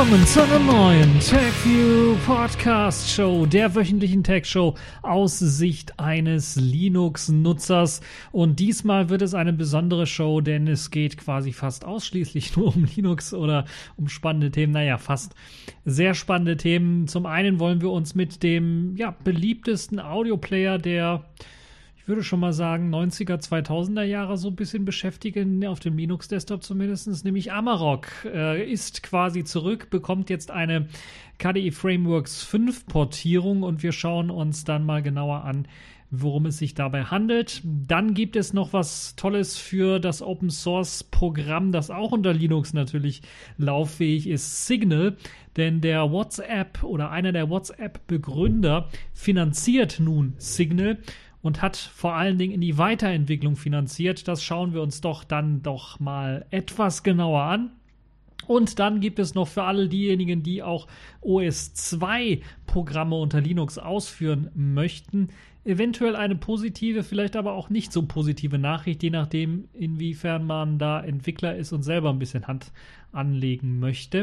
willkommen zu einer neuen TechView Podcast Show, der wöchentlichen Tech-Show aus Sicht eines Linux-Nutzers. Und diesmal wird es eine besondere Show, denn es geht quasi fast ausschließlich nur um Linux oder um spannende Themen. Naja, fast sehr spannende Themen. Zum einen wollen wir uns mit dem beliebtesten Audioplayer der, ich würde schon mal sagen, 90er, 2000er Jahre so ein bisschen beschäftigen, auf dem Linux-Desktop zumindest, nämlich Amarok ist quasi zurück, bekommt jetzt eine KDE Frameworks 5 Portierung und wir schauen uns dann mal genauer an, worum es sich dabei handelt. Dann gibt es noch was Tolles für das Open-Source-Programm, das auch unter Linux natürlich lauffähig ist, Signal, denn der WhatsApp oder einer der WhatsApp-Begründer finanziert nun Signal und hat vor allen Dingen in die Weiterentwicklung finanziert. Das schauen wir uns doch mal etwas genauer an. Und dann gibt es noch für alle diejenigen, die auch OS 2 Programme unter Linux ausführen möchten, eventuell eine positive, vielleicht aber auch nicht so positive Nachricht, je nachdem, inwiefern man da Entwickler ist und selber ein bisschen Hand anlegen möchte.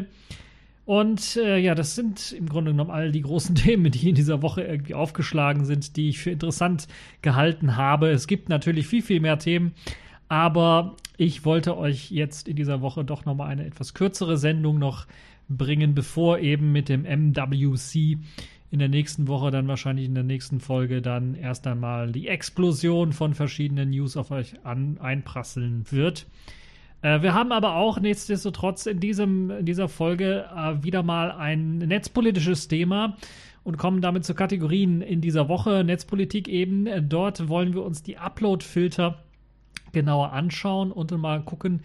Und das sind im Grunde genommen all die großen Themen, die in dieser Woche irgendwie aufgeschlagen sind, die ich für interessant gehalten habe. Es gibt natürlich viel, viel mehr Themen, aber ich wollte euch jetzt in dieser Woche doch nochmal eine etwas kürzere Sendung noch bringen, bevor eben mit dem MWC in der nächsten Woche, dann wahrscheinlich in der nächsten Folge, dann erst einmal die Explosion von verschiedenen News auf euch einprasseln wird. Wir haben aber auch nichtsdestotrotz in dieser Folge wieder mal ein netzpolitisches Thema und kommen damit zu Kategorien in dieser Woche. Netzpolitik eben. Dort wollen wir uns die Upload-Filter genauer anschauen und mal gucken,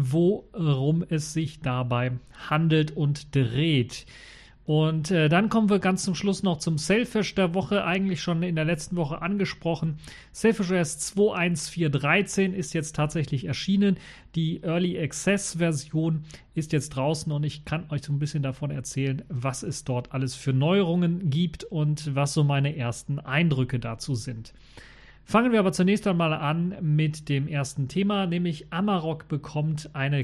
worum es sich dabei handelt und dreht. Und dann kommen wir ganz zum Schluss noch zum Sailfish der Woche, eigentlich schon in der letzten Woche angesprochen. Sailfish OS 2.1.4.13 ist jetzt tatsächlich erschienen. Die Early Access Version ist jetzt draußen und ich kann euch so ein bisschen davon erzählen, was es dort alles für Neuerungen gibt und was so meine ersten Eindrücke dazu sind. Fangen wir aber zunächst einmal an mit dem ersten Thema, nämlich Amarok bekommt eine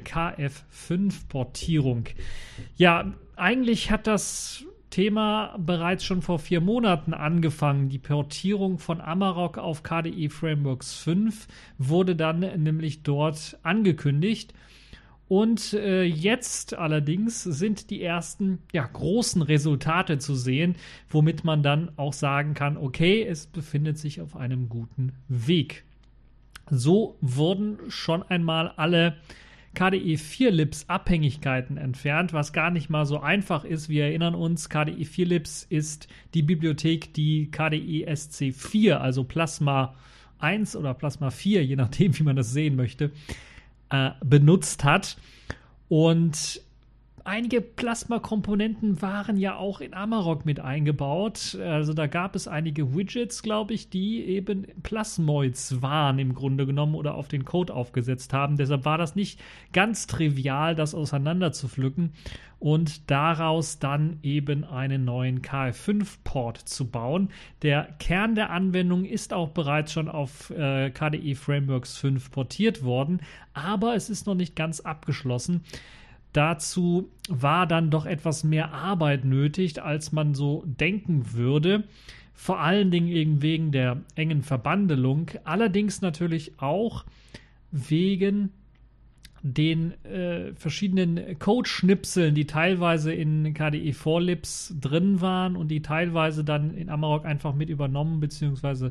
KF5-Portierung. Ja, eigentlich hat das Thema bereits schon vor 4 Monaten angefangen. Die Portierung von Amarok auf KDE Frameworks 5 wurde dann nämlich dort angekündigt. Und jetzt allerdings sind die ersten großen Resultate zu sehen, womit man dann auch sagen kann, okay, es befindet sich auf einem guten Weg. So wurden schon einmal alle KDE 4-Libs Abhängigkeiten entfernt, was gar nicht mal so einfach ist. Wir erinnern uns, KDE 4-Libs ist die Bibliothek, die KDE SC4, also Plasma 1 oder Plasma 4, je nachdem, wie man das sehen möchte, benutzt hat. Und einige Plasma-Komponenten waren ja auch in Amarok mit eingebaut. Also da gab es einige Widgets, glaube ich, die eben Plasmoids waren im Grunde genommen oder auf den Code aufgesetzt haben. Deshalb war das nicht ganz trivial, das auseinander zu pflücken und daraus dann eben einen neuen KF5-Port zu bauen. Der Kern der Anwendung ist auch bereits schon auf KDE Frameworks 5 portiert worden, aber es ist noch nicht ganz abgeschlossen. Dazu war dann doch etwas mehr Arbeit nötig, als man so denken würde. Vor allen Dingen eben wegen der engen Verbandelung. Allerdings natürlich auch wegen den verschiedenen Code-Schnipseln, die teilweise in KDE 4-Libs drin waren und die teilweise dann in Amarok einfach mit übernommen bzw.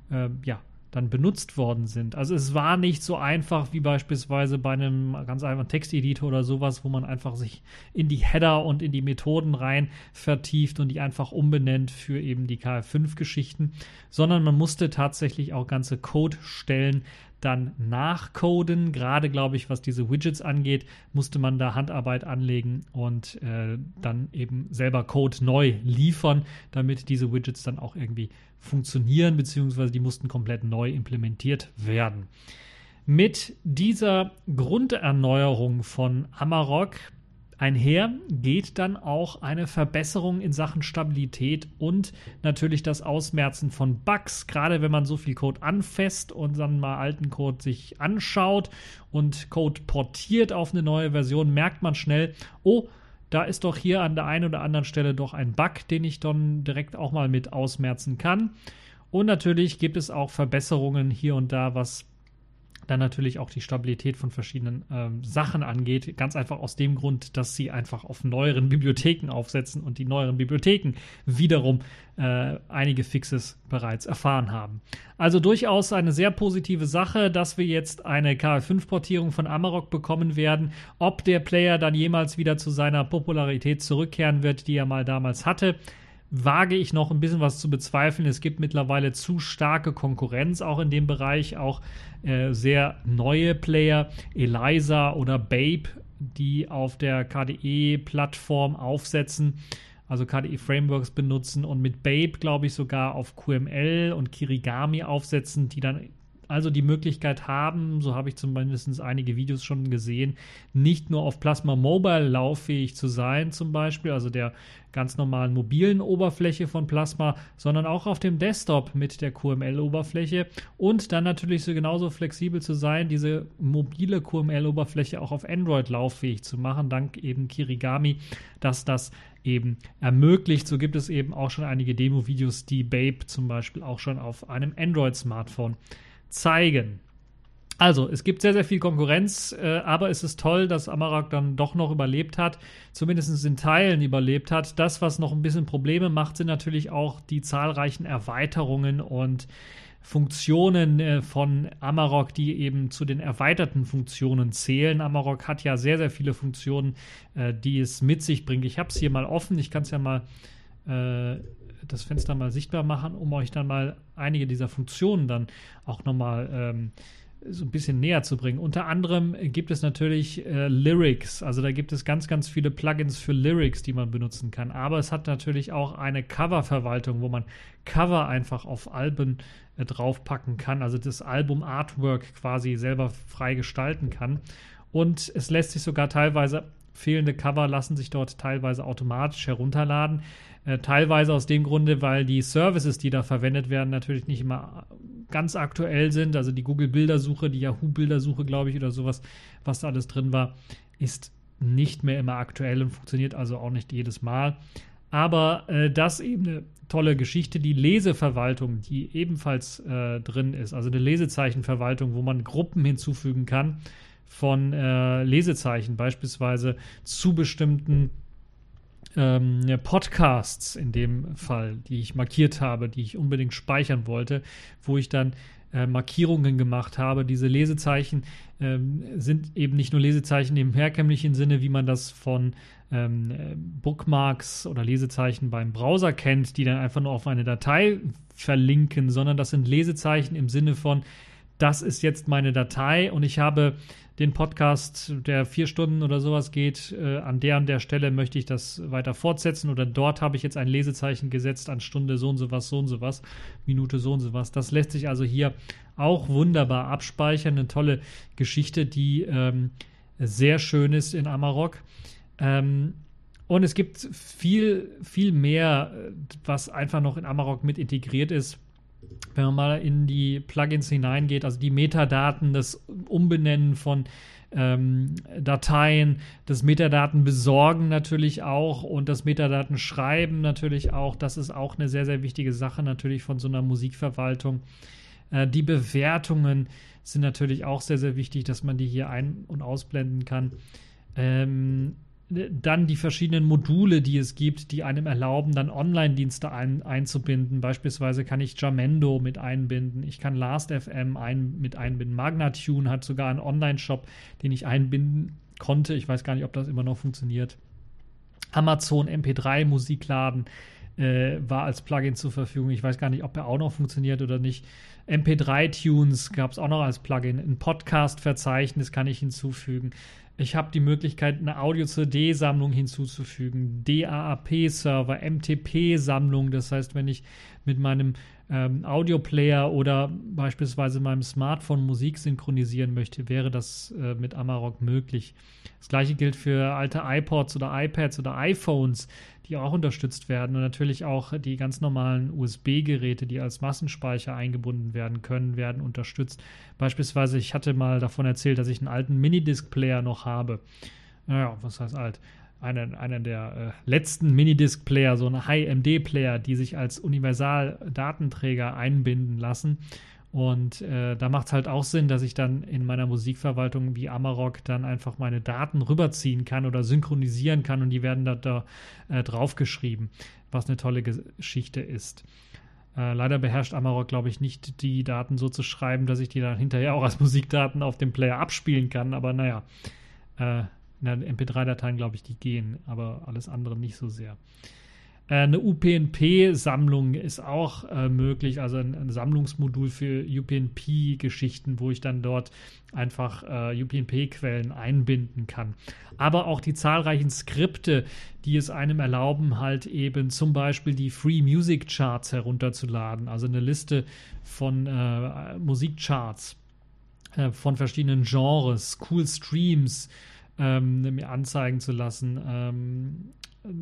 dann benutzt worden sind. Also es war nicht so einfach wie beispielsweise bei einem ganz einfachen Texteditor oder sowas, wo man einfach sich in die Header und in die Methoden rein vertieft und die einfach umbenennt für eben die KF5-Geschichten, sondern man musste tatsächlich auch ganze Codestellen dann nachcoden. Gerade, glaube ich, was diese Widgets angeht, musste man da Handarbeit anlegen und dann eben selber Code neu liefern, damit diese Widgets dann auch irgendwie funktionieren, beziehungsweise die mussten komplett neu implementiert werden. Mit dieser Grunderneuerung von Amarok einher geht dann auch eine Verbesserung in Sachen Stabilität und natürlich das Ausmerzen von Bugs. Gerade wenn man so viel Code anfasst und dann mal alten Code sich anschaut und Code portiert auf eine neue Version, merkt man schnell, oh, da ist doch hier an der einen oder anderen Stelle doch ein Bug, den ich dann direkt auch mal mit ausmerzen kann. Und natürlich gibt es auch Verbesserungen hier und da, was dann natürlich auch die Stabilität von verschiedenen Sachen angeht. Ganz einfach aus dem Grund, dass sie einfach auf neueren Bibliotheken aufsetzen und die neueren Bibliotheken wiederum einige Fixes bereits erfahren haben. Also durchaus eine sehr positive Sache, dass wir jetzt eine KL5-Portierung von Amarok bekommen werden. Ob der Player dann jemals wieder zu seiner Popularität zurückkehren wird, die er mal damals hatte, wage ich noch ein bisschen was zu bezweifeln. Es gibt mittlerweile zu starke Konkurrenz auch in dem Bereich, auch sehr neue Player, Eliza oder Babe, die auf der KDE-Plattform aufsetzen, also KDE-Frameworks benutzen und mit Babe, glaube ich, sogar auf QML und Kirigami aufsetzen, die dann also die Möglichkeit haben, so habe ich zumindest einige Videos schon gesehen, nicht nur auf Plasma Mobile lauffähig zu sein, zum Beispiel, also der ganz normalen mobilen Oberfläche von Plasma, sondern auch auf dem Desktop mit der QML-Oberfläche und dann natürlich so genauso flexibel zu sein, diese mobile QML-Oberfläche auch auf Android lauffähig zu machen, dank eben Kirigami, dass das eben ermöglicht. So gibt es eben auch schon einige Demo-Videos, die Babe zum Beispiel auch schon auf einem Android-Smartphone zeigen. Also, es gibt sehr, sehr viel Konkurrenz, aber es ist toll, dass Amarok dann doch noch überlebt hat, zumindest in Teilen überlebt hat. Das, was noch ein bisschen Probleme macht, sind natürlich auch die zahlreichen Erweiterungen und Funktionen von Amarok, die eben zu den erweiterten Funktionen zählen. Amarok hat ja sehr, sehr viele Funktionen, die es mit sich bringt. Ich habe es hier mal offen, ich kann es ja mal das Fenster mal sichtbar machen, um euch dann mal einige dieser Funktionen dann auch nochmal so ein bisschen näher zu bringen. Unter anderem gibt es natürlich Lyrics, also da gibt es ganz, ganz viele Plugins für Lyrics, die man benutzen kann, aber es hat natürlich auch eine Cover-Verwaltung, wo man Cover einfach auf Alben draufpacken kann, also das Album-Artwork quasi selber frei gestalten kann und es lässt sich sogar teilweise, fehlende Cover lassen sich dort teilweise automatisch herunterladen, teilweise aus dem Grunde, weil die Services, die da verwendet werden, natürlich nicht immer ganz aktuell sind. Also die Google-Bildersuche, die Yahoo-Bildersuche, glaube ich, oder sowas, was da alles drin war, ist nicht mehr immer aktuell und funktioniert also auch nicht jedes Mal. Aber das eben eine tolle Geschichte. Die Leseverwaltung, die ebenfalls drin ist, also eine Lesezeichenverwaltung, wo man Gruppen hinzufügen kann von Lesezeichen, beispielsweise zu bestimmten Podcasts in dem Fall, die ich markiert habe, die ich unbedingt speichern wollte, wo ich dann Markierungen gemacht habe. Diese Lesezeichen sind eben nicht nur Lesezeichen im herkömmlichen Sinne, wie man das von Bookmarks oder Lesezeichen beim Browser kennt, die dann einfach nur auf eine Datei verlinken, sondern das sind Lesezeichen im Sinne von, das ist jetzt meine Datei und ich habe den Podcast, der 4 Stunden oder sowas geht, an der Stelle möchte ich das weiter fortsetzen oder dort habe ich jetzt ein Lesezeichen gesetzt an Stunde so und so was, Minute so und so was. Das lässt sich also hier auch wunderbar abspeichern. Eine tolle Geschichte, die sehr schön ist in Amarok. Und es gibt viel, viel mehr, was einfach noch in Amarok mit integriert ist. Wenn man mal in die Plugins hineingeht, also die Metadaten, das Umbenennen von Dateien, das Metadatenbesorgen natürlich auch und das Metadatenschreiben natürlich auch, das ist auch eine sehr, sehr wichtige Sache natürlich von so einer Musikverwaltung. Die Bewertungen sind natürlich auch sehr, sehr wichtig, dass man die hier ein- und ausblenden kann. Dann die verschiedenen Module, die es gibt, die einem erlauben, dann Online-Dienste einzubinden. Beispielsweise kann ich Jamendo mit einbinden, ich kann Last.fm mit einbinden. Magnatune hat sogar einen Online-Shop, den ich einbinden konnte. Ich weiß gar nicht, ob das immer noch funktioniert. Amazon MP3 Musikladen war als Plugin zur Verfügung. Ich weiß gar nicht, ob er auch noch funktioniert oder nicht. MP3-Tunes gab es auch noch als Plugin. Ein Podcast-Verzeichnis kann ich hinzufügen. Ich habe die Möglichkeit, eine Audio-CD-Sammlung hinzuzufügen, DAAP-Server, MTP-Sammlung. Das heißt, wenn ich mit meinem Audioplayer oder beispielsweise meinem Smartphone Musik synchronisieren möchte, wäre das mit Amarok möglich. Das gleiche gilt für alte iPods oder iPads oder iPhones, die auch unterstützt werden und natürlich auch die ganz normalen USB-Geräte, die als Massenspeicher eingebunden werden können, werden unterstützt. Beispielsweise, ich hatte mal davon erzählt, dass ich einen alten Minidisc-Player noch habe. Naja, was heißt alt? einer der letzten Minidisc-Player, so ein High-MD-Player, die sich als Universal-Datenträger einbinden lassen. Und da macht es halt auch Sinn, dass ich dann in meiner Musikverwaltung wie Amarok dann einfach meine Daten rüberziehen kann oder synchronisieren kann und die werden da draufgeschrieben, was eine tolle Geschichte ist. Leider beherrscht Amarok, glaube ich, nicht die Daten so zu schreiben, dass ich die dann hinterher auch als Musikdaten auf dem Player abspielen kann. Aber naja, MP3-Dateien, glaube ich, die gehen, aber alles andere nicht so sehr. Eine UPnP-Sammlung ist auch möglich, also ein Sammlungsmodul für UPnP-Geschichten, wo ich dann dort einfach UPnP-Quellen einbinden kann. Aber auch die zahlreichen Skripte, die es einem erlauben, halt eben zum Beispiel die Free Music Charts herunterzuladen, also eine Liste von Musikcharts von verschiedenen Genres, cool Streams mir anzeigen zu lassen,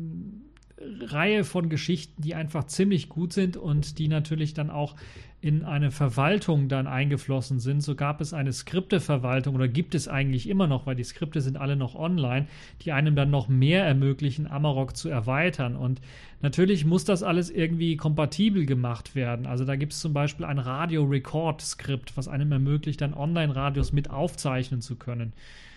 Reihe von Geschichten, die einfach ziemlich gut sind und die natürlich dann auch in eine Verwaltung dann eingeflossen sind. So gab es eine Skripteverwaltung oder gibt es eigentlich immer noch, weil die Skripte sind alle noch online, die einem dann noch mehr ermöglichen, Amarok zu erweitern. Und natürlich muss das alles irgendwie kompatibel gemacht werden. Also da gibt es zum Beispiel ein Radio-Record-Skript, was einem ermöglicht, dann Online-Radios mit aufzeichnen zu können.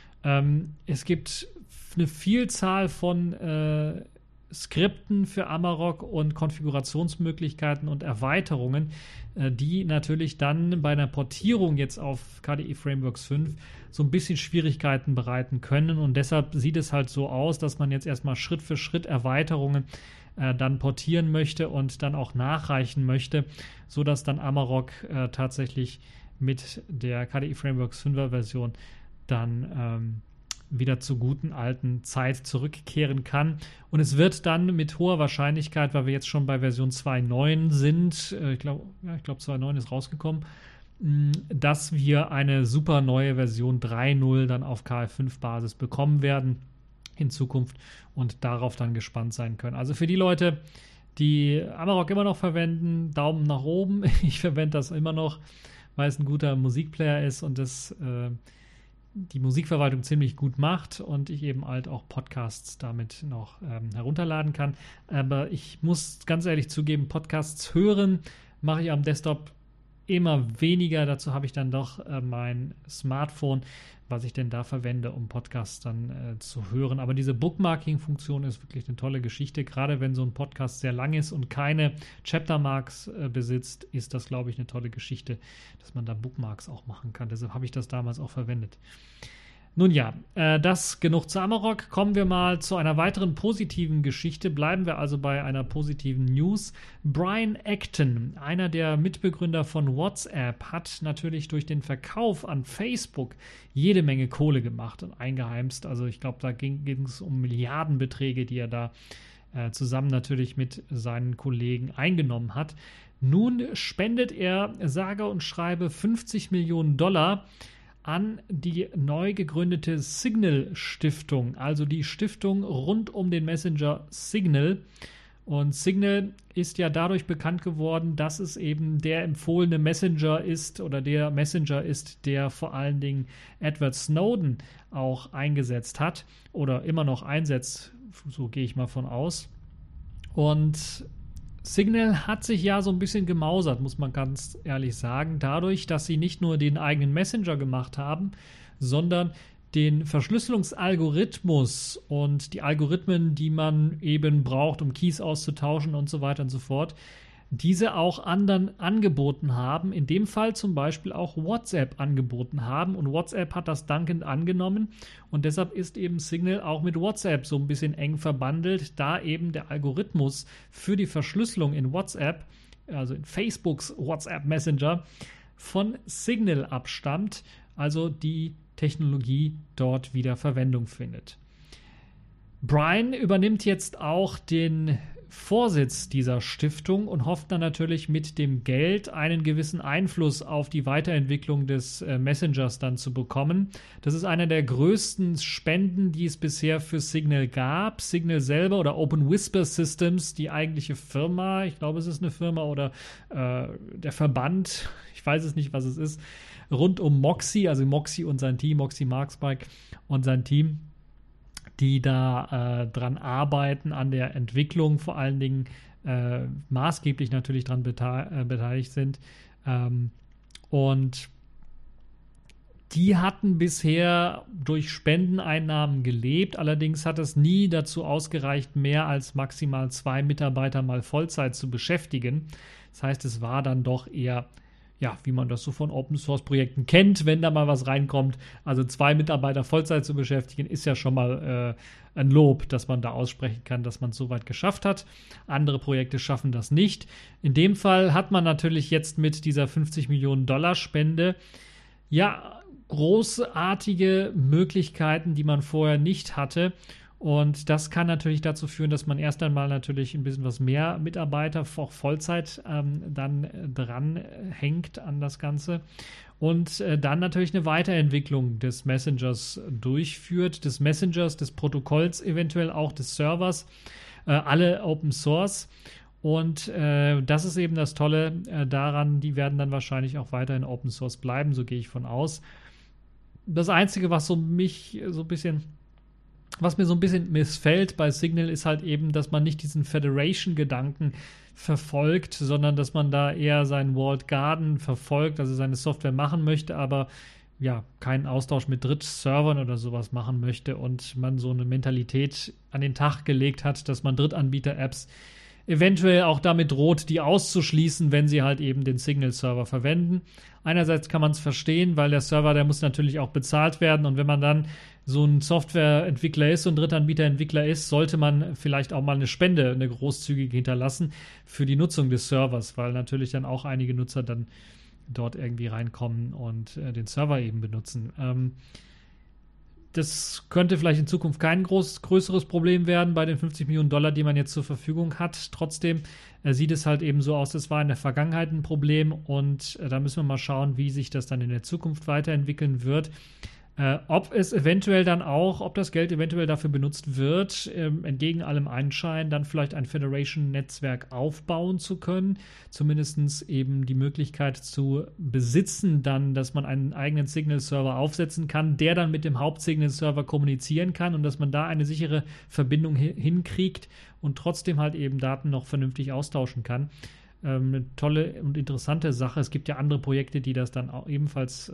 Es gibt eine Vielzahl von Skripten für Amarok und Konfigurationsmöglichkeiten und Erweiterungen, die natürlich dann bei einer Portierung jetzt auf KDE Frameworks 5 so ein bisschen Schwierigkeiten bereiten können und deshalb sieht es halt so aus, dass man jetzt erstmal Schritt für Schritt Erweiterungen dann portieren möchte und dann auch nachreichen möchte, sodass dann Amarok tatsächlich mit der KDE Frameworks 5er Version dann wieder zur guten alten Zeit zurückkehren kann. Und es wird dann mit hoher Wahrscheinlichkeit, weil wir jetzt schon bei Version 2.9 sind, ich glaube 2.9 ist rausgekommen, dass wir eine super neue Version 3.0 dann auf KF5-Basis bekommen werden in Zukunft und darauf dann gespannt sein können. Also für die Leute, die Amarok immer noch verwenden, Daumen nach oben. Ich verwende das immer noch, weil es ein guter Musikplayer ist und das die Musikverwaltung ziemlich gut macht und ich eben halt auch Podcasts damit noch herunterladen kann. Aber ich muss ganz ehrlich zugeben, Podcasts hören mache ich am Desktop immer weniger. Dazu habe ich dann doch mein Smartphone, was ich denn da verwende, um Podcasts dann zu hören. Aber diese Bookmarking-Funktion ist wirklich eine tolle Geschichte. Gerade wenn so ein Podcast sehr lang ist und keine Chaptermarks besitzt, ist das, glaube ich, eine tolle Geschichte, dass man da Bookmarks auch machen kann. Deshalb habe ich das damals auch verwendet. Nun ja, das genug zu Amarok. Kommen wir mal zu einer weiteren positiven Geschichte. Bleiben wir also bei einer positiven News. Brian Acton, einer der Mitbegründer von WhatsApp, hat natürlich durch den Verkauf an Facebook jede Menge Kohle gemacht und eingeheimst. Also ich glaube, da ging es um Milliardenbeträge, die er da zusammen natürlich mit seinen Kollegen eingenommen hat. Nun spendet er sage und schreibe $50 Millionen an die neu gegründete Signal-Stiftung, also die Stiftung rund um den Messenger Signal. Und Signal ist ja dadurch bekannt geworden, dass es eben der empfohlene Messenger ist oder der Messenger ist, der vor allen Dingen Edward Snowden auch eingesetzt hat oder immer noch einsetzt, so gehe ich mal von aus. Und Signal hat sich ja so ein bisschen gemausert, muss man ganz ehrlich sagen, dadurch, dass sie nicht nur den eigenen Messenger gemacht haben, sondern den Verschlüsselungsalgorithmus und die Algorithmen, die man eben braucht, um Keys auszutauschen und so weiter und so fort, diese auch anderen angeboten haben, in dem Fall zum Beispiel auch WhatsApp angeboten haben und WhatsApp hat das dankend angenommen und deshalb ist eben Signal auch mit WhatsApp so ein bisschen eng verbandelt, da eben der Algorithmus für die Verschlüsselung in WhatsApp, also in Facebooks WhatsApp Messenger, von Signal abstammt, also die Technologie dort wieder Verwendung findet. Brian übernimmt jetzt auch den Vorsitz dieser Stiftung und hofft dann natürlich mit dem Geld einen gewissen Einfluss auf die Weiterentwicklung des Messengers dann zu bekommen. Das ist einer der größten Spenden, die es bisher für Signal gab. Signal selber oder Open Whisper Systems, die eigentliche Firma, ich glaube es ist eine Firma oder der Verband, ich weiß es nicht, was es ist, rund um Moxie, also Moxie und sein Team, Moxie Marksbike und sein Team, die da dran arbeiten, an der Entwicklung vor allen Dingen maßgeblich natürlich daran beteiligt sind. Und die hatten bisher durch Spendeneinnahmen gelebt, allerdings hat es nie dazu ausgereicht, mehr als maximal 2 Mitarbeiter mal Vollzeit zu beschäftigen. Das heißt, es war dann doch eher, ja, wie man das so von Open-Source-Projekten kennt, wenn da mal was reinkommt. Also 2 Mitarbeiter Vollzeit zu beschäftigen, ist ja schon mal ein Lob, dass man da aussprechen kann, dass man es so weit geschafft hat. Andere Projekte schaffen das nicht. In dem Fall hat man natürlich jetzt mit dieser 50 Millionen Dollar Spende, ja, großartige Möglichkeiten, die man vorher nicht hatte. Und das kann natürlich dazu führen, dass man erst einmal natürlich ein bisschen was mehr Mitarbeiter, auch Vollzeit, dann dran hängt an das Ganze. Und dann natürlich eine Weiterentwicklung des Messengers durchführt, des Messengers, des Protokolls, eventuell auch des Servers, alle Open Source. Und das ist eben das Tolle daran, die werden dann wahrscheinlich auch weiterhin Open Source bleiben, so gehe ich von aus. Das Einzige, was mir so ein bisschen missfällt bei Signal, ist halt eben, dass man nicht diesen Federation-Gedanken verfolgt, sondern dass man da eher seinen Walled Garden verfolgt, also seine Software machen möchte, aber ja, keinen Austausch mit Drittservern oder sowas machen möchte und man so eine Mentalität an den Tag gelegt hat, dass man Drittanbieter-Apps eventuell auch damit droht, die auszuschließen, wenn sie halt eben den Signal-Server verwenden. Einerseits kann man es verstehen, weil der Server, der muss natürlich auch bezahlt werden und wenn man dann so ein Softwareentwickler ist und Drittanbieterentwickler ist, sollte man vielleicht auch mal eine Spende, eine großzügige hinterlassen für die Nutzung des Servers, weil natürlich dann auch einige Nutzer dann dort irgendwie reinkommen und den Server eben benutzen. Das könnte vielleicht in Zukunft kein größeres Problem werden bei den 50 Millionen Dollar, die man jetzt zur Verfügung hat. Trotzdem sieht es halt eben so aus, das war in der Vergangenheit ein Problem und da müssen wir mal schauen, wie sich das dann in der Zukunft weiterentwickeln wird. Ob das Geld eventuell dafür benutzt wird, entgegen allem Anschein, dann vielleicht ein Federation-Netzwerk aufbauen zu können, zumindest eben die Möglichkeit zu besitzen dann, dass man einen eigenen Signal-Server aufsetzen kann, der dann mit dem Haupt-Signal-Server kommunizieren kann und dass man da eine sichere Verbindung hinkriegt und trotzdem halt eben Daten noch vernünftig austauschen kann. Eine tolle und interessante Sache. Es gibt ja andere Projekte, die das dann auch ebenfalls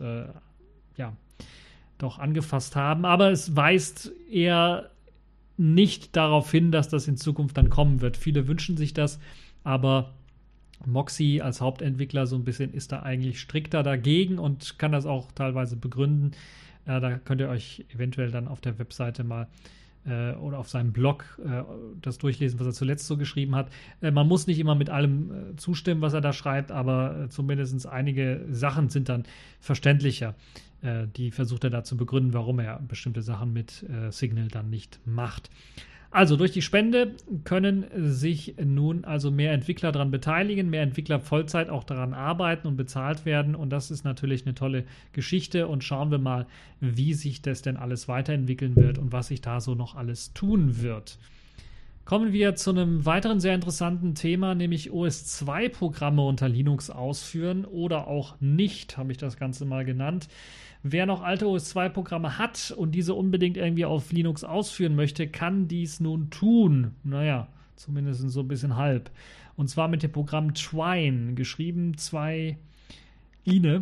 doch angefasst haben, aber es weist eher nicht darauf hin, dass das in Zukunft dann kommen wird. Viele wünschen sich das, aber Moxie als Hauptentwickler so ein bisschen ist da eigentlich strikter dagegen und kann das auch teilweise begründen. Da könnt ihr euch eventuell dann auf der Webseite mal oder auf seinem Blog das durchlesen, was er zuletzt so geschrieben hat. Man muss nicht immer mit allem zustimmen, was er da schreibt, aber zumindest einige Sachen sind dann verständlicher. Die versucht er da zu begründen, warum er bestimmte Sachen mit Signal dann nicht macht. Also durch die Spende können sich nun also mehr Entwickler daran beteiligen, mehr Entwickler Vollzeit auch daran arbeiten und bezahlt werden und das ist natürlich eine tolle Geschichte und schauen wir mal, wie sich das denn alles weiterentwickeln wird und was sich da so noch alles tun wird. Kommen wir zu einem weiteren sehr interessanten Thema, nämlich OS/2-Programme unter Linux ausführen oder auch nicht, habe ich das Ganze mal genannt. Wer noch alte OS/2-Programme hat und diese unbedingt irgendwie auf Linux ausführen möchte, kann dies nun tun. Naja, zumindest so ein bisschen halb. Und zwar mit dem Programm Twine, geschrieben 2 Ine,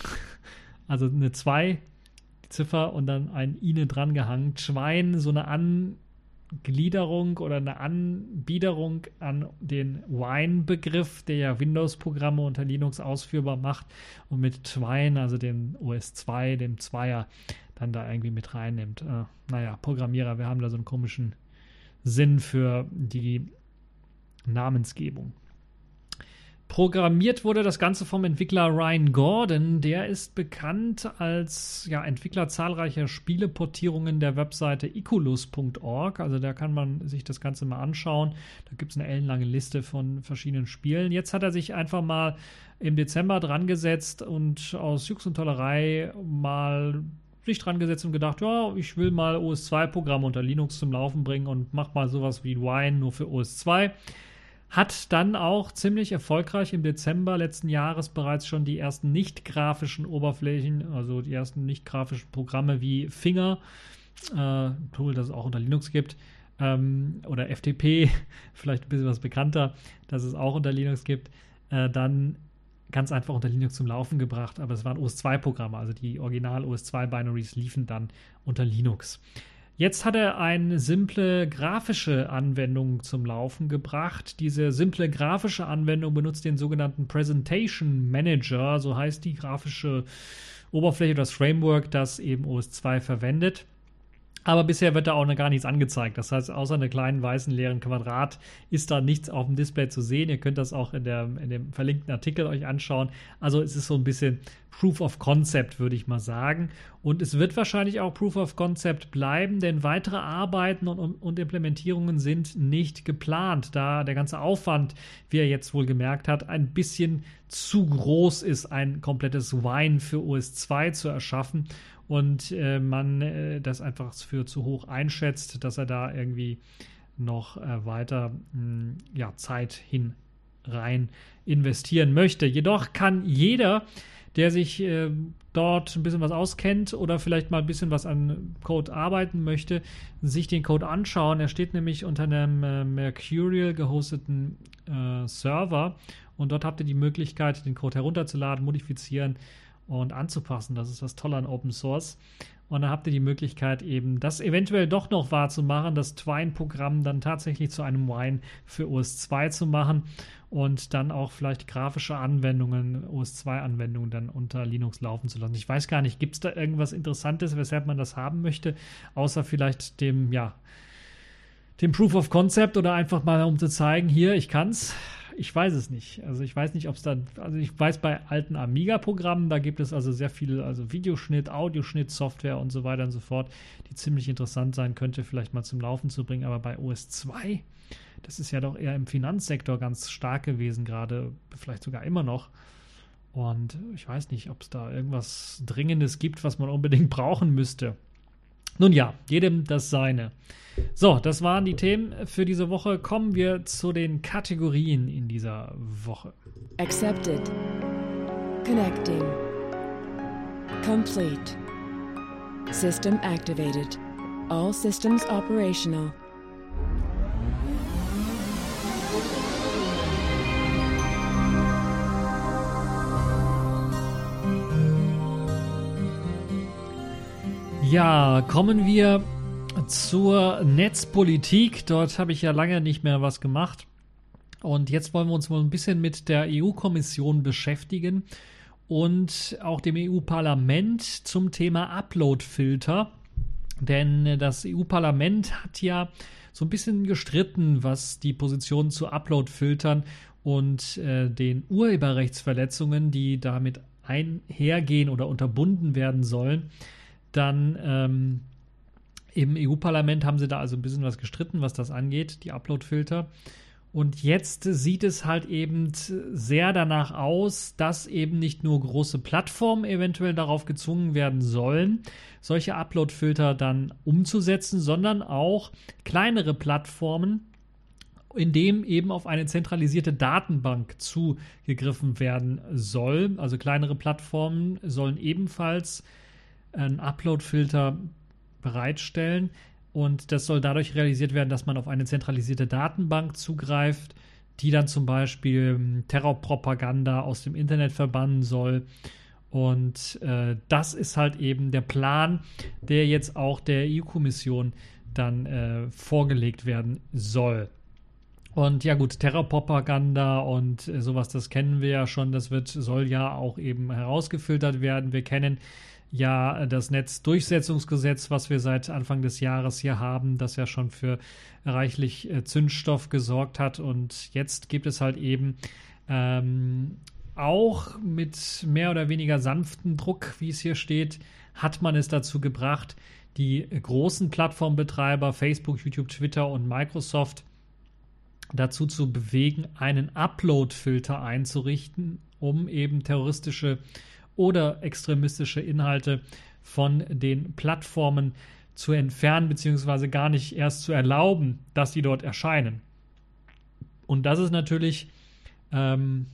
also eine 2 Ziffer und dann ein Ine drangehangen. Twine, so eine Angliederung oder eine Anbiederung an den Wine-Begriff, der ja Windows-Programme unter Linux ausführbar macht und mit Twine, also dem OS/2, dem Zweier, dann da irgendwie mit reinnimmt. Programmierer, wir haben da so einen komischen Sinn für die Namensgebung. Programmiert wurde das Ganze vom Entwickler Ryan Gordon. Der ist bekannt als Entwickler zahlreicher Spieleportierungen der Webseite iculus.org. Also da kann man sich das Ganze mal anschauen. Da gibt es eine ellenlange Liste von verschiedenen Spielen. Jetzt hat er sich einfach mal im Dezember dran gesetzt und aus Jux und Tollerei mal sich dran gesetzt und gedacht, ja, ich will mal OS/2-Programme unter Linux zum Laufen bringen und mach mal sowas wie Wine nur für OS/2. Hat dann auch ziemlich erfolgreich im Dezember letzten Jahres bereits schon die ersten nicht-grafischen Oberflächen, also die ersten nicht-grafischen Programme wie Finger Tool, das es auch unter Linux gibt, oder FTP, vielleicht ein bisschen was bekannter, dass es auch unter Linux gibt, dann ganz einfach unter Linux zum Laufen gebracht, aber es waren OS2-Programme, also die Original OS2-Binaries liefen dann unter Linux. Jetzt hat er eine simple grafische Anwendung zum Laufen gebracht. Diese simple grafische Anwendung benutzt den sogenannten Presentation Manager, so heißt die grafische Oberfläche, das Framework, das eben OS2 verwendet. Aber bisher wird da auch noch gar nichts angezeigt. Das heißt, außer einem kleinen weißen leeren Quadrat ist da nichts auf dem Display zu sehen. Ihr könnt das auch in dem verlinkten Artikel euch anschauen. Also es ist so ein bisschen Proof of Concept, würde ich mal sagen. Und es wird wahrscheinlich auch Proof of Concept bleiben, denn weitere Arbeiten und Implementierungen sind nicht geplant, da der ganze Aufwand, wie er jetzt wohl gemerkt hat, ein bisschen zu groß ist, ein komplettes Wine für OS2 zu erschaffen. Und man das einfach für zu hoch einschätzt, dass er da irgendwie noch weiter Zeit rein investieren möchte. Jedoch kann jeder, der sich dort ein bisschen was auskennt oder vielleicht mal ein bisschen was an Code arbeiten möchte, sich den Code anschauen. Er steht nämlich unter einem Mercurial gehosteten Server und dort habt ihr die Möglichkeit, den Code herunterzuladen, modifizieren und anzupassen. Das ist das Tolle an Open Source. Und dann habt ihr die Möglichkeit, eben das eventuell doch noch wahrzumachen, das Twine-Programm dann tatsächlich zu einem Wine für OS2 zu machen und dann auch vielleicht grafische Anwendungen, OS2-Anwendungen dann unter Linux laufen zu lassen. Ich weiß gar nicht, gibt es da irgendwas Interessantes, weshalb man das haben möchte, außer vielleicht dem Proof of Concept oder einfach mal, um zu zeigen, hier, ich kann's. Ich weiß es nicht. Also ich weiß nicht, ob es da, also ich weiß bei alten Amiga-Programmen, da gibt es also sehr viel, also Videoschnitt, Audioschnitt, Software und so weiter und so fort, die ziemlich interessant sein könnte, vielleicht mal zum Laufen zu bringen. Aber bei OS2, das ist ja doch eher im Finanzsektor ganz stark gewesen, gerade vielleicht sogar immer noch. Und ich weiß nicht, ob es da irgendwas Dringendes gibt, was man unbedingt brauchen müsste. Nun ja, jedem das Seine. So, das waren die Themen für diese Woche. Kommen wir zu den Kategorien in dieser Woche. Accepted. Connecting. Complete. System activated. All systems operational. Ja, kommen wir zur Netzpolitik. Dort habe ich ja lange nicht mehr was gemacht. Und jetzt wollen wir uns mal ein bisschen mit der EU-Kommission beschäftigen und auch dem EU-Parlament zum Thema Upload-Filter. Denn das EU-Parlament hat ja so ein bisschen gestritten, was die Position zu Upload-Filtern und den Urheberrechtsverletzungen, die damit einhergehen oder unterbunden werden sollen, dann im EU-Parlament haben sie da also ein bisschen was gestritten, was das angeht, die Upload-Filter. Und jetzt sieht es halt eben sehr danach aus, dass eben nicht nur große Plattformen eventuell darauf gezwungen werden sollen, solche Upload-Filter dann umzusetzen, sondern auch kleinere Plattformen, in dem eben auf eine zentralisierte Datenbank zugegriffen werden soll. Also kleinere Plattformen sollen ebenfalls einen Upload-Filter bereitstellen und das soll dadurch realisiert werden, dass man auf eine zentralisierte Datenbank zugreift, die dann zum Beispiel Terrorpropaganda aus dem Internet verbannen soll. Und das ist halt eben der Plan, der jetzt auch der EU-Kommission dann vorgelegt werden soll. Und ja gut, Terrorpropaganda und sowas, das kennen wir ja schon, soll ja auch eben herausgefiltert werden. Wir kennen ja das Netzdurchsetzungsgesetz, was wir seit Anfang des Jahres hier haben, das ja schon für reichlich Zündstoff gesorgt hat. Und jetzt gibt es halt eben auch mit mehr oder weniger sanftem Druck, wie es hier steht, hat man es dazu gebracht, die großen Plattformbetreiber Facebook, YouTube, Twitter und Microsoft dazu zu bewegen, einen Upload-Filter einzurichten, um eben terroristische oder extremistische Inhalte von den Plattformen zu entfernen, beziehungsweise gar nicht erst zu erlauben, dass die dort erscheinen. Und das ist natürlich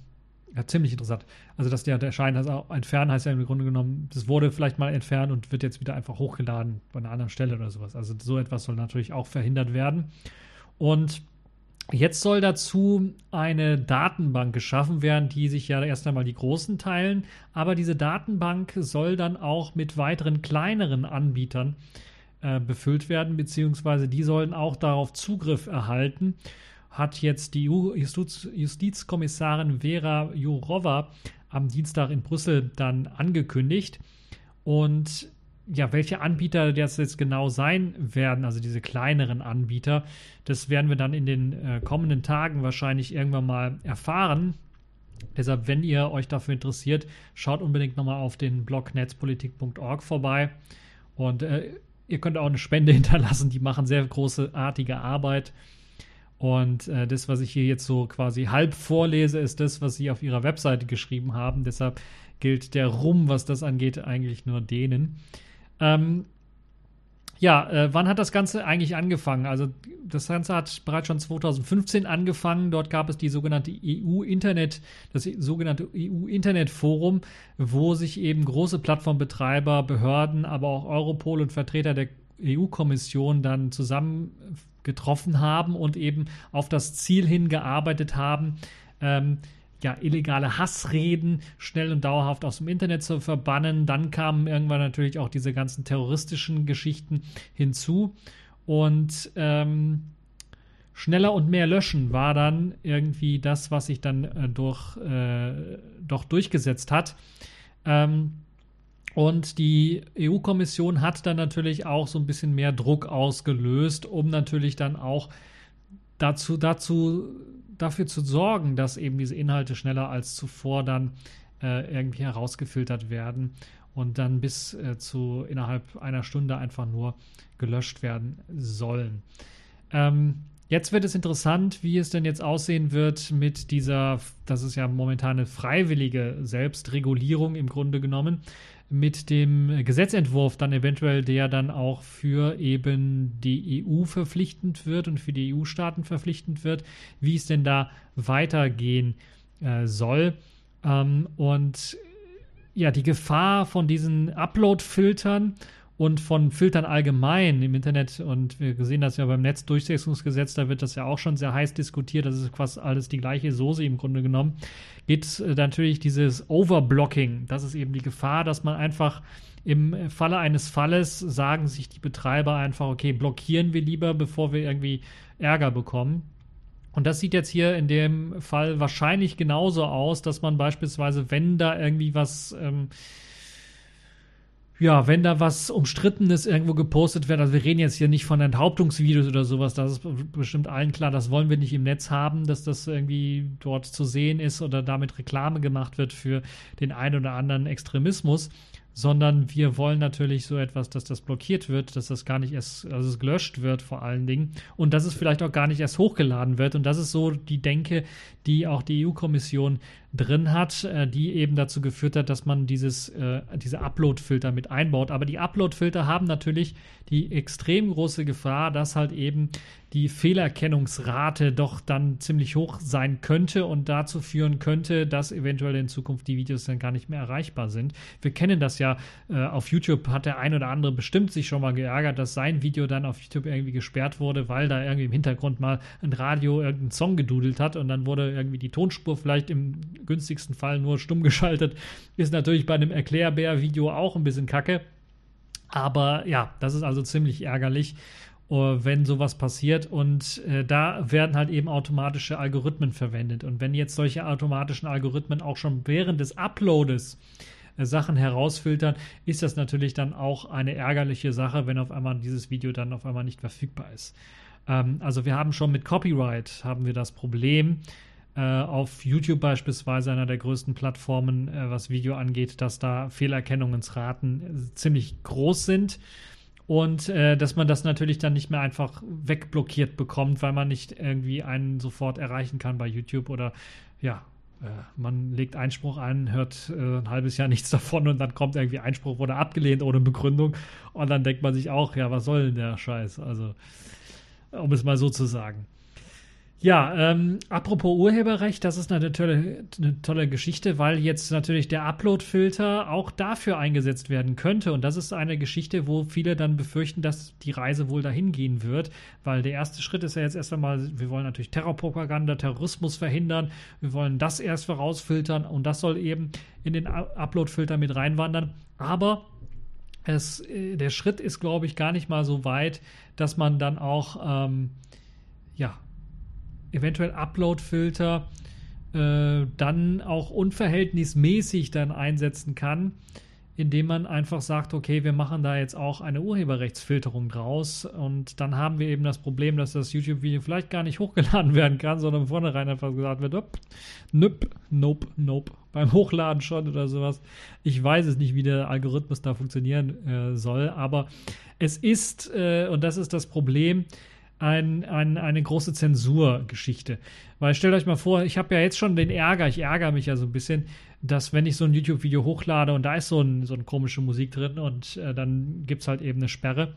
Ja, ziemlich interessant. Also, dass der Schein das auch entfernen heißt ja im Grunde genommen, das wurde vielleicht mal entfernt und wird jetzt wieder einfach hochgeladen bei einer anderen Stelle oder sowas. Also, so etwas soll natürlich auch verhindert werden. Und jetzt soll dazu eine Datenbank geschaffen werden, die sich ja erst einmal die Großen teilen. Aber diese Datenbank soll dann auch mit weiteren kleineren Anbietern befüllt werden, beziehungsweise die sollen auch darauf Zugriff erhalten. Hat jetzt die EU-Justizkommissarin Vera Jourova am Dienstag in Brüssel dann angekündigt. Und ja, welche Anbieter das jetzt genau sein werden, also diese kleineren Anbieter, das werden wir dann in den kommenden Tagen wahrscheinlich irgendwann mal erfahren. Deshalb, wenn ihr euch dafür interessiert, schaut unbedingt nochmal auf den Blog netzpolitik.org vorbei. Und ihr könnt auch eine Spende hinterlassen, die machen sehr großartige Arbeit. Und das, was ich hier jetzt so quasi halb vorlese, ist das, was sie auf ihrer Webseite geschrieben haben. Deshalb gilt der Ruhm, was das angeht, eigentlich nur denen. Wann hat das Ganze eigentlich angefangen? Also das Ganze hat bereits schon 2015 angefangen. Dort gab es die sogenannte das sogenannte EU-Internet-Forum, wo sich eben große Plattformbetreiber, Behörden, aber auch Europol und Vertreter der EU-Kommission dann zusammen getroffen haben und eben auf das Ziel hingearbeitet haben, illegale Hassreden schnell und dauerhaft aus dem Internet zu verbannen. Dann kamen irgendwann natürlich auch diese ganzen terroristischen Geschichten hinzu und schneller und mehr löschen war dann irgendwie das, was sich dann doch durchgesetzt hat. Und die EU-Kommission hat dann natürlich auch so ein bisschen mehr Druck ausgelöst, um natürlich dann auch dafür zu sorgen, dass eben diese Inhalte schneller als zuvor dann irgendwie herausgefiltert werden und dann bis zu innerhalb einer Stunde einfach nur gelöscht werden sollen. Jetzt wird es interessant, wie es denn jetzt aussehen wird mit das ist ja momentan eine freiwillige Selbstregulierung im Grunde genommen, mit dem Gesetzentwurf dann eventuell, der dann auch für eben die EU verpflichtend wird und für die EU-Staaten verpflichtend wird, wie es denn da weitergehen soll. Und ja, die Gefahr von diesen Upload-Filtern und von Filtern allgemein im Internet, und wir sehen das ja beim Netzdurchsetzungsgesetz, da wird das ja auch schon sehr heiß diskutiert, das ist quasi alles die gleiche Soße im Grunde genommen, geht natürlich dieses Overblocking, das ist eben die Gefahr, dass man einfach im Falle eines Falles sagen sich die Betreiber einfach, okay, blockieren wir lieber, bevor wir irgendwie Ärger bekommen. Und das sieht jetzt hier in dem Fall wahrscheinlich genauso aus, dass man beispielsweise, wenn da irgendwie was wenn da was Umstrittenes irgendwo gepostet wird, also wir reden jetzt hier nicht von Enthauptungsvideos oder sowas, das ist bestimmt allen klar, das wollen wir nicht im Netz haben, dass das irgendwie dort zu sehen ist oder damit Reklame gemacht wird für den einen oder anderen Extremismus, sondern wir wollen natürlich so etwas, dass das blockiert wird, dass das gar nicht erst, also es gelöscht wird vor allen Dingen und dass es vielleicht auch gar nicht erst hochgeladen wird, und das ist so die Denke, die auch die EU-Kommission drin hat, die eben dazu geführt hat, dass man diese Upload-Filter mit einbaut. Aber die Upload-Filter haben natürlich die extrem große Gefahr, dass halt eben die Fehlerkennungsrate doch dann ziemlich hoch sein könnte und dazu führen könnte, dass eventuell in Zukunft die Videos dann gar nicht mehr erreichbar sind. Wir kennen das ja, auf YouTube hat der ein oder andere bestimmt sich schon mal geärgert, dass sein Video dann auf YouTube irgendwie gesperrt wurde, weil da irgendwie im Hintergrund mal ein Radio irgendeinen Song gedudelt hat und dann wurde irgendwie die Tonspur vielleicht im günstigsten Fall nur stumm geschaltet. Ist natürlich bei einem Erklärbär-Video auch ein bisschen kacke. Aber ja, das ist also ziemlich ärgerlich, wenn sowas passiert. Und da werden halt eben automatische Algorithmen verwendet. Und wenn jetzt solche automatischen Algorithmen auch schon während des Uploades Sachen herausfiltern, ist das natürlich dann auch eine ärgerliche Sache, wenn auf einmal dieses Video dann auf einmal nicht verfügbar ist. Also wir haben schon mit Copyright haben wir das Problem, auf YouTube beispielsweise, einer der größten Plattformen, was Video angeht, dass da Fehlerkennungsraten ziemlich groß sind und dass man das natürlich dann nicht mehr einfach wegblockiert bekommt, weil man nicht irgendwie einen sofort erreichen kann bei YouTube oder man legt Einspruch ein, hört ein halbes Jahr nichts davon und dann kommt irgendwie Einspruch, wurde abgelehnt ohne Begründung und dann denkt man sich auch, ja, was soll denn der Scheiß? Also, um es mal so zu sagen. Ja, apropos Urheberrecht, das ist eine tolle Geschichte, weil jetzt natürlich der Upload-Filter auch dafür eingesetzt werden könnte. Und das ist eine Geschichte, wo viele dann befürchten, dass die Reise wohl dahin gehen wird, weil der erste Schritt ist ja jetzt erst einmal, wir wollen natürlich Terrorpropaganda, Terrorismus verhindern, wir wollen das erst vorausfiltern und das soll eben in den Upload-Filter mit reinwandern. Aber der Schritt ist, glaube ich, gar nicht mal so weit, dass man dann auch, eventuell Upload-Filter dann auch unverhältnismäßig dann einsetzen kann, indem man einfach sagt, okay, wir machen da jetzt auch eine Urheberrechtsfilterung draus und dann haben wir eben das Problem, dass das YouTube-Video vielleicht gar nicht hochgeladen werden kann, sondern von vornherein einfach gesagt wird, nope, beim Hochladen schon oder sowas. Ich weiß es nicht, wie der Algorithmus da funktionieren soll, aber es ist, und das ist das Problem, eine große Zensurgeschichte. Weil stellt euch mal vor, ich habe ja jetzt schon den Ärger, ich ärgere mich ja so ein bisschen, dass wenn ich so ein YouTube-Video hochlade und da ist so eine komische Musik drin und dann gibt es halt eben eine Sperre,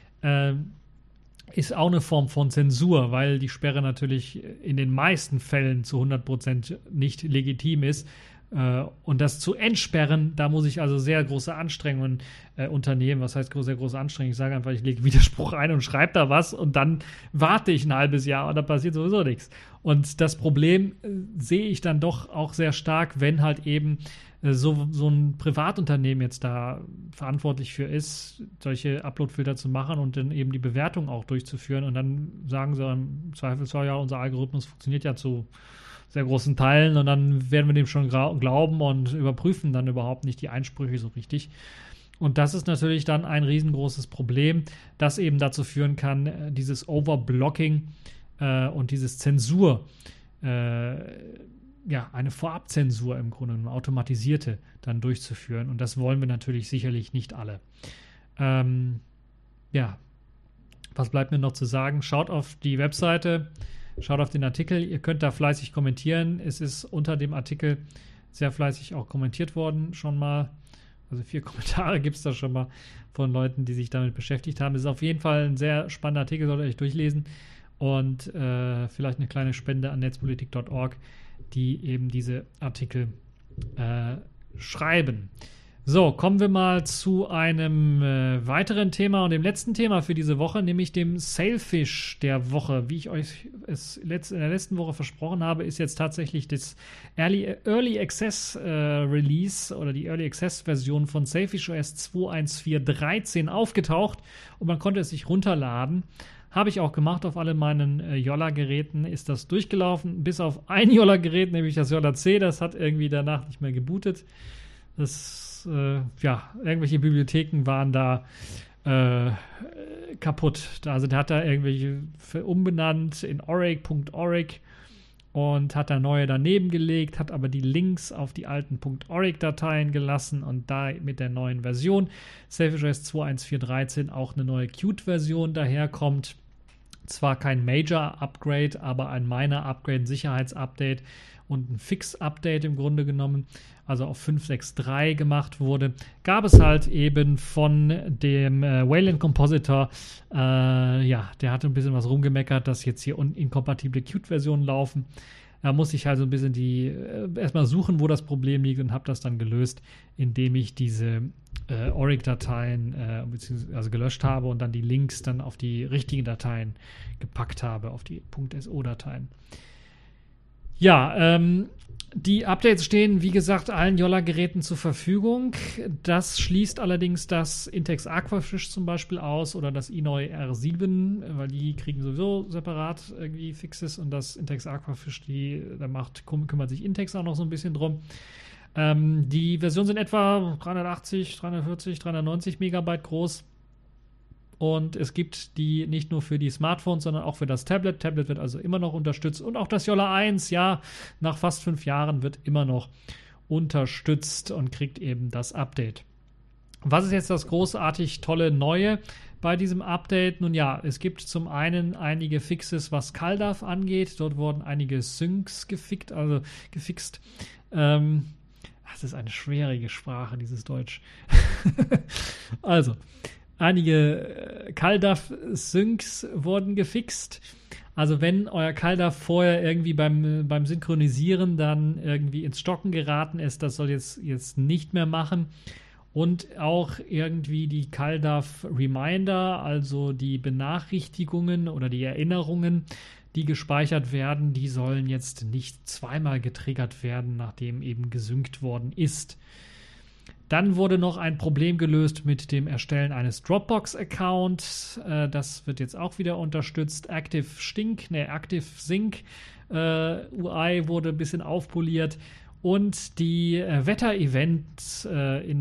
ist auch eine Form von Zensur, weil die Sperre natürlich in den meisten Fällen zu 100% nicht legitim ist. Und das zu entsperren, da muss ich also sehr große Anstrengungen unternehmen. Was heißt sehr große Anstrengungen? Ich sage einfach, ich lege Widerspruch ein und schreibe da was und dann warte ich ein halbes Jahr und da passiert sowieso nichts. Und das Problem sehe ich dann doch auch sehr stark, wenn halt eben so ein Privatunternehmen jetzt da verantwortlich für ist, solche Upload-Filter zu machen und dann eben die Bewertung auch durchzuführen und dann sagen sie im Zweifelsfall, ja, unser Algorithmus funktioniert ja zu sehr großen Teilen und dann werden wir dem schon glauben und überprüfen dann überhaupt nicht die Einsprüche so richtig. Und das ist natürlich dann ein riesengroßes Problem, das eben dazu führen kann, dieses Overblocking und dieses Zensur, eine Vorabzensur im Grunde, eine automatisierte dann durchzuführen. Und das wollen wir natürlich sicherlich nicht alle. Was bleibt mir noch zu sagen? Schaut auf die Webseite, schaut auf den Artikel, ihr könnt da fleißig kommentieren. Es ist unter dem Artikel sehr fleißig auch kommentiert worden schon mal. Also 4 Kommentare gibt es da schon mal von Leuten, die sich damit beschäftigt haben. Es ist auf jeden Fall ein sehr spannender Artikel, solltet ihr euch durchlesen. Und vielleicht eine kleine Spende an netzpolitik.org, die eben diese Artikel schreiben. So, kommen wir mal zu einem weiteren Thema und dem letzten Thema für diese Woche, nämlich dem Sailfish der Woche. Wie ich euch es in der letzten Woche versprochen habe, ist jetzt tatsächlich das Early Access Release oder die Early Access Version von Sailfish OS 2.1.4.13 aufgetaucht und man konnte es sich runterladen. Habe ich auch gemacht auf alle meinen Jolla-Geräten, ist das durchgelaufen, bis auf ein Jolla-Gerät, nämlich das Jolla C, das hat irgendwie danach nicht mehr gebootet. Irgendwelche Bibliotheken waren da kaputt. Also der hat da irgendwelche umbenannt in org.org und hat da neue daneben gelegt, hat aber die Links auf die alten .org-Dateien gelassen und da mit der neuen Version Sailfish OS 2.1.4.13 auch eine neue Qt-Version daherkommt. Zwar kein Major-Upgrade, aber ein Minor-Upgrade, ein Sicherheitsupdate und ein Fix-Update im Grunde genommen, also auf 5.6.3 gemacht wurde, gab es halt eben von dem Wayland Compositor, der hatte ein bisschen was rumgemeckert, dass jetzt hier inkompatible Qt-Versionen laufen. Da musste ich halt so ein bisschen erstmal suchen, wo das Problem liegt und habe das dann gelöst, indem ich diese ORG-Dateien beziehungsweise gelöscht habe und dann die Links dann auf die richtigen Dateien gepackt habe, auf die .so-Dateien. Ja, die Updates stehen, wie gesagt, allen Jolla-Geräten zur Verfügung. Das schließt allerdings das Intex Aquafish zum Beispiel aus oder das Inoi R7, weil die kriegen sowieso separat irgendwie Fixes und das Intex Aquafish, kümmert sich Intex auch noch so ein bisschen drum. Die Versionen sind etwa 380, 340, 390 Megabyte groß. Und es gibt die nicht nur für die Smartphones, sondern auch für das Tablet. Tablet wird also immer noch unterstützt. Und auch das Jolla 1, ja, nach fast 5 Jahren wird immer noch unterstützt und kriegt eben das Update. Was ist jetzt das großartig tolle Neue bei diesem Update? Nun ja, es gibt zum einen einige Fixes, was CalDAV angeht. Dort wurden einige Syncs gefixt. Das ist eine schwierige Sprache, dieses Deutsch. Also, einige CalDAV-Syncs wurden gefixt. Also wenn euer CalDAV vorher irgendwie beim Synchronisieren dann irgendwie ins Stocken geraten ist, das soll jetzt nicht mehr machen. Und auch irgendwie die CalDAV Reminder, also die Benachrichtigungen oder die Erinnerungen, die gespeichert werden, die sollen jetzt nicht zweimal getriggert werden, nachdem eben gesynkt worden ist. Dann wurde noch ein Problem gelöst mit dem Erstellen eines Dropbox-Accounts. Das wird jetzt auch wieder unterstützt. ActiveSync UI wurde ein bisschen aufpoliert. Und die Wetter-Events im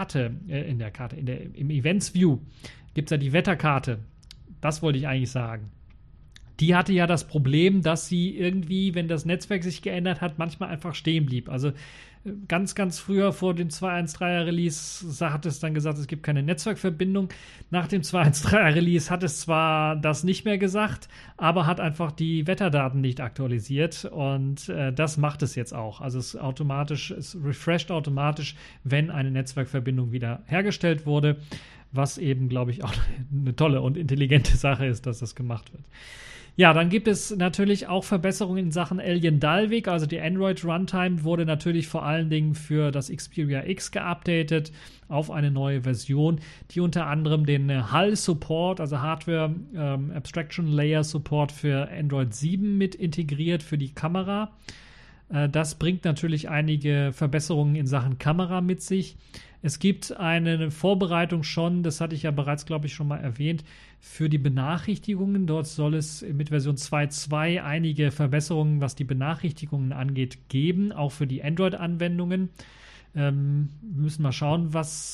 Events-View gibt es ja die Wetterkarte. Das wollte ich eigentlich sagen. Die hatte ja das Problem, dass sie irgendwie, wenn das Netzwerk sich geändert hat, manchmal einfach stehen blieb. Also ganz, ganz früher vor dem 2.1.3er Release hat es dann gesagt, es gibt keine Netzwerkverbindung. Nach dem 2.1.3er Release hat es zwar das nicht mehr gesagt, aber hat einfach die Wetterdaten nicht aktualisiert und das macht es jetzt auch. Also es refresht automatisch, wenn eine Netzwerkverbindung wieder hergestellt wurde, was eben, glaube ich, auch eine tolle und intelligente Sache ist, dass das gemacht wird. Ja, dann gibt es natürlich auch Verbesserungen in Sachen Alien Dalvik, also die Android Runtime wurde natürlich vor allen Dingen für das Xperia X geupdatet auf eine neue Version, die unter anderem den HAL-Support, also Hardware Abstraction Layer Support für Android 7 mit integriert für die Kamera. Das bringt natürlich einige Verbesserungen in Sachen Kamera mit sich. Es gibt eine Vorbereitung schon, das hatte ich ja bereits, glaube ich, schon mal erwähnt, für die Benachrichtigungen. Dort soll es mit Version 2.2 einige Verbesserungen, was die Benachrichtigungen angeht, geben, auch für die Android-Anwendungen. Wir müssen mal schauen,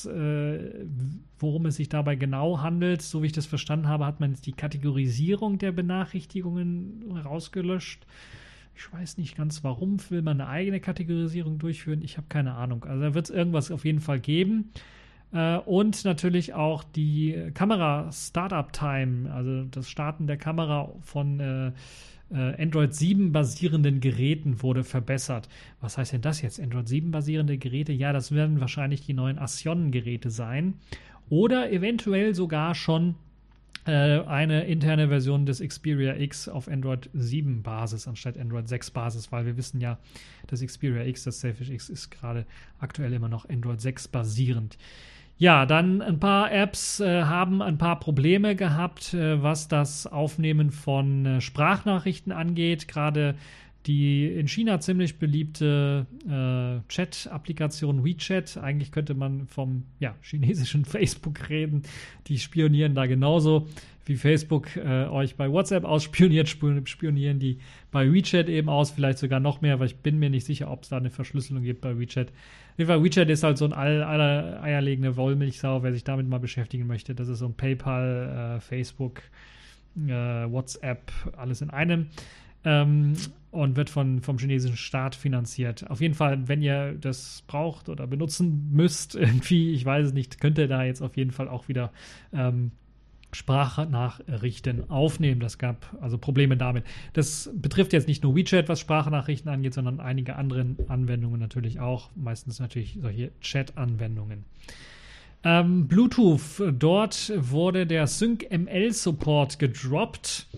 worum es sich dabei genau handelt. So wie ich das verstanden habe, hat man jetzt die Kategorisierung der Benachrichtigungen rausgelöscht. Ich weiß nicht ganz, warum will man eine eigene Kategorisierung durchführen. Ich habe keine Ahnung. Also da wird es irgendwas auf jeden Fall geben. Und natürlich auch die Kamera-Startup-Time, also das Starten der Kamera von Android 7 basierenden Geräten wurde verbessert. Was heißt denn das jetzt? Android 7 basierende Geräte? Ja, das werden wahrscheinlich die neuen Ascion-Geräte sein. Oder eventuell sogar schon eine interne Version des Xperia X auf Android 7 Basis anstatt Android 6 Basis, weil wir wissen ja, das Xperia X, das Sailfish X, ist gerade aktuell immer noch Android 6 basierend. Ja, dann ein paar Apps haben ein paar Probleme gehabt, was das Aufnehmen von Sprachnachrichten angeht. Gerade die in China ziemlich beliebte Chat-Applikation WeChat. Eigentlich könnte man vom chinesischen Facebook reden. Die spionieren da genauso wie Facebook euch bei WhatsApp ausspioniert, spionieren die bei WeChat eben aus. Vielleicht sogar noch mehr, weil ich bin mir nicht sicher, ob es da eine Verschlüsselung gibt bei WeChat. Auf jeden Fall, WeChat ist halt so ein eierlegende Wollmilchsau, wer sich damit mal beschäftigen möchte. Das ist so ein PayPal, Facebook, WhatsApp, alles in einem. Und wird vom chinesischen Staat finanziert. Auf jeden Fall, wenn ihr das braucht oder benutzen müsst, irgendwie, ich weiß es nicht, könnt ihr da jetzt auf jeden Fall auch wieder Sprachnachrichten aufnehmen. Das gab also Probleme damit. Das betrifft jetzt nicht nur WeChat, was Sprachnachrichten angeht, sondern einige andere Anwendungen natürlich auch. Meistens natürlich solche Chat-Anwendungen. Bluetooth, dort wurde der SyncML-Support gedroppt.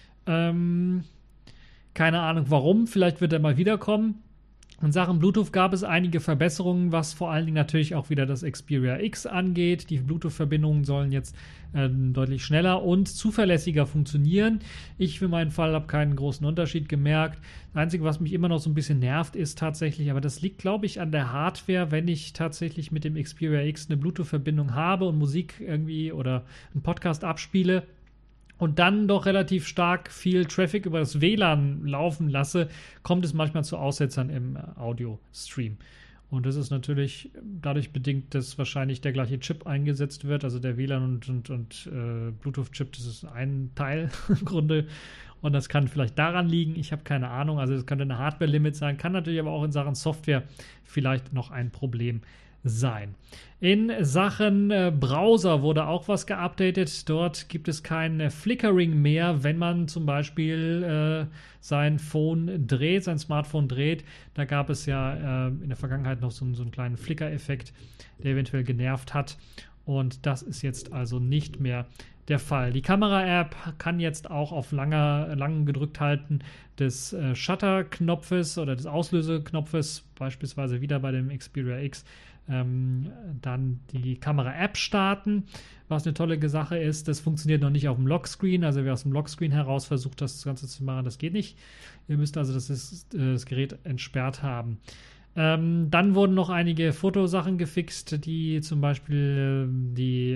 Keine Ahnung warum, vielleicht wird er mal wiederkommen. In Sachen Bluetooth gab es einige Verbesserungen, was vor allen Dingen natürlich auch wieder das Xperia X angeht. Die Bluetooth-Verbindungen sollen jetzt deutlich schneller und zuverlässiger funktionieren. Ich für meinen Fall habe keinen großen Unterschied gemerkt. Das Einzige, was mich immer noch so ein bisschen nervt, ist tatsächlich, aber das liegt, glaube ich, an der Hardware, wenn ich tatsächlich mit dem Xperia X eine Bluetooth-Verbindung habe und Musik irgendwie oder einen Podcast abspiele, und dann doch relativ stark viel Traffic über das WLAN laufen lasse, kommt es manchmal zu Aussetzern im Audio-Stream. Und das ist natürlich dadurch bedingt, dass wahrscheinlich der gleiche Chip eingesetzt wird, also der WLAN und Bluetooth-Chip, das ist ein Teil im Grunde. Und das kann vielleicht daran liegen, ich habe keine Ahnung, also das könnte eine Hardware-Limit sein, kann natürlich aber auch in Sachen Software vielleicht noch ein Problem sein. In Sachen Browser wurde auch was geupdatet. Dort gibt es kein Flickering mehr, wenn man zum Beispiel sein Smartphone dreht. Da gab es ja in der Vergangenheit noch so einen kleinen Flicker-Effekt, der eventuell genervt hat. Und das ist jetzt also nicht mehr der Fall. Die Kamera-App kann jetzt auch auf lang gedrückt halten des Shutter-Knopfes oder des Auslöseknopfes, beispielsweise wieder bei dem Xperia X, dann die Kamera-App starten, was eine tolle Sache ist. Das funktioniert noch nicht auf dem Lockscreen, also wer aus dem Lockscreen heraus versucht, das Ganze zu machen, das geht nicht. Ihr müsst also das Gerät entsperrt haben. Dann wurden noch einige Fotosachen gefixt, die zum Beispiel die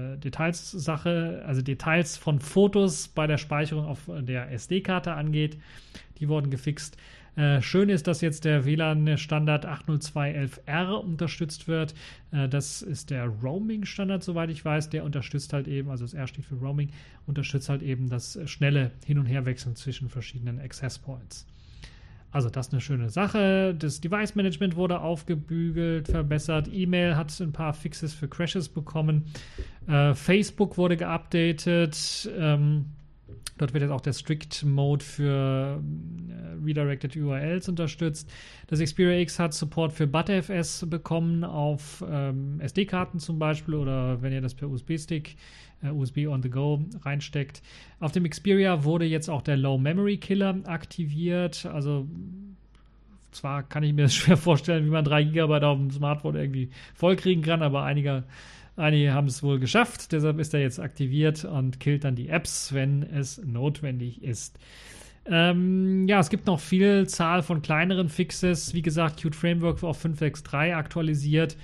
Details von Fotos bei der Speicherung auf der SD-Karte angeht. Die wurden gefixt. Schön ist, dass jetzt der WLAN-Standard 802.11r unterstützt wird. Das ist der Roaming-Standard, soweit ich weiß. Der unterstützt halt eben, also das R steht für Roaming, unterstützt halt eben das schnelle Hin- und Herwechseln zwischen verschiedenen Access Points. Also das ist eine schöne Sache. Das Device-Management wurde aufgebügelt, verbessert. E-Mail hat ein paar Fixes für Crashes bekommen. Facebook wurde geupdatet. Dort wird jetzt auch der Strict Mode für Redirected URLs unterstützt. Das Xperia X hat Support für ButterFS bekommen auf SD-Karten zum Beispiel oder wenn ihr das per USB-Stick, USB on the go reinsteckt. Auf dem Xperia wurde jetzt auch der Low Memory Killer aktiviert. Also zwar kann ich mir das schwer vorstellen, wie man 3 GB auf dem Smartphone irgendwie vollkriegen kann, aber einige haben es wohl geschafft, deshalb ist er jetzt aktiviert und killt dann die Apps, wenn es notwendig ist. Es gibt noch viel Zahl von kleineren Fixes. Wie gesagt, Qt Framework auf 5.6.3 aktualisiert.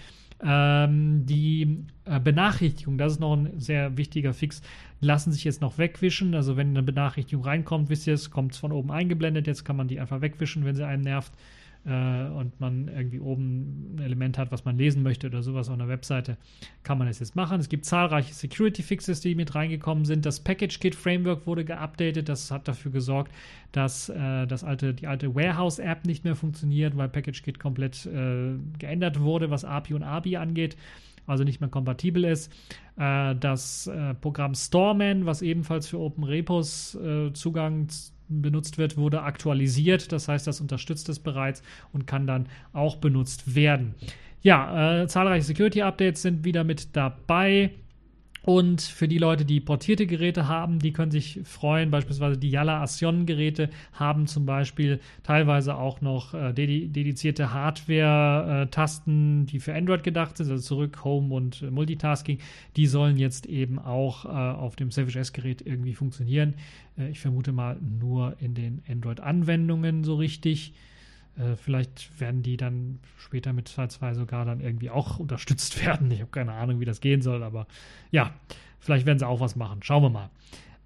Die Benachrichtigung, das ist noch ein sehr wichtiger Fix, lassen sich jetzt noch wegwischen. Also wenn eine Benachrichtigung reinkommt, wisst ihr es, kommt es von oben eingeblendet. Jetzt kann man die einfach wegwischen, wenn sie einen nervt. Und man irgendwie oben ein Element hat, was man lesen möchte oder sowas auf einer Webseite, kann man das jetzt machen. Es gibt zahlreiche Security-Fixes, die mit reingekommen sind. Das Package-Kit-Framework wurde geupdatet. Das hat dafür gesorgt, dass die alte Warehouse-App nicht mehr funktioniert, weil Package-Kit komplett geändert wurde, was API und ABI angeht, also nicht mehr kompatibel ist. Das Programm Storeman, was ebenfalls für Open Repos Zugang benutzt wird, wurde aktualisiert. Das heißt, das unterstützt es bereits und kann dann auch benutzt werden. Ja, zahlreiche Security-Updates sind wieder mit dabei. Und für die Leute, die portierte Geräte haben, die können sich freuen. Beispielsweise die Yalla Ascion-Geräte haben zum Beispiel teilweise auch noch dedizierte Hardware-Tasten, die für Android gedacht sind, also zurück, Home und Multitasking. Die sollen jetzt eben auch auf dem Savage S-Gerät irgendwie funktionieren. Ich vermute mal nur in den Android-Anwendungen so richtig. Vielleicht werden die dann später mit Teil 2 sogar dann irgendwie auch unterstützt werden. Ich habe keine Ahnung, wie das gehen soll, aber ja, vielleicht werden sie auch was machen. Schauen wir mal.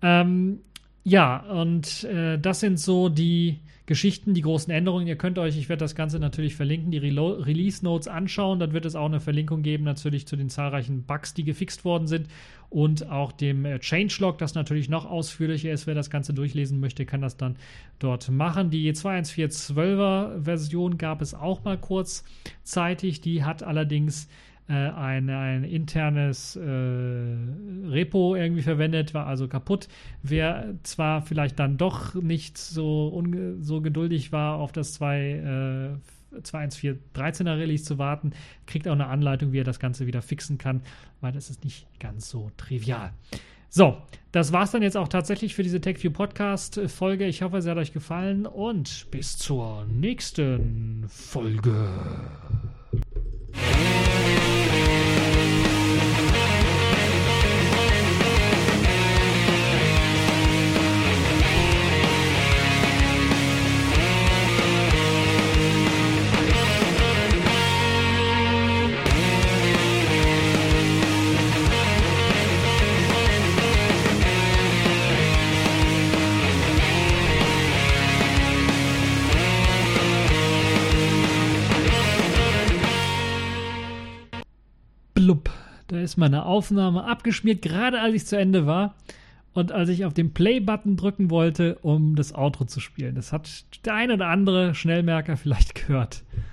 Das sind so die Geschichten, die großen Änderungen. Ihr könnt euch, ich werde das Ganze natürlich verlinken, die Release Notes anschauen. Dann wird es auch eine Verlinkung geben natürlich zu den zahlreichen Bugs, die gefixt worden sind und auch dem Changelog, das natürlich noch ausführlicher ist. Wer das Ganze durchlesen möchte, kann das dann dort machen. Die 2.1.4.12er Version gab es auch mal kurzzeitig. Die hat allerdings ein internes Repo irgendwie verwendet, war also kaputt. Wer zwar vielleicht dann doch nicht so geduldig war, auf das 2.1.4.13er Release zu warten, kriegt auch eine Anleitung, wie er das Ganze wieder fixen kann, weil das ist nicht ganz so trivial. So, das war's dann jetzt auch tatsächlich für diese TechView Podcast Folge. Ich hoffe, sie hat euch gefallen und bis zur nächsten Folge. Da ist meine Aufnahme abgeschmiert, gerade als ich zu Ende war und als ich auf den Play-Button drücken wollte, um das Outro zu spielen. Das hat der ein oder andere Schnellmerker vielleicht gehört.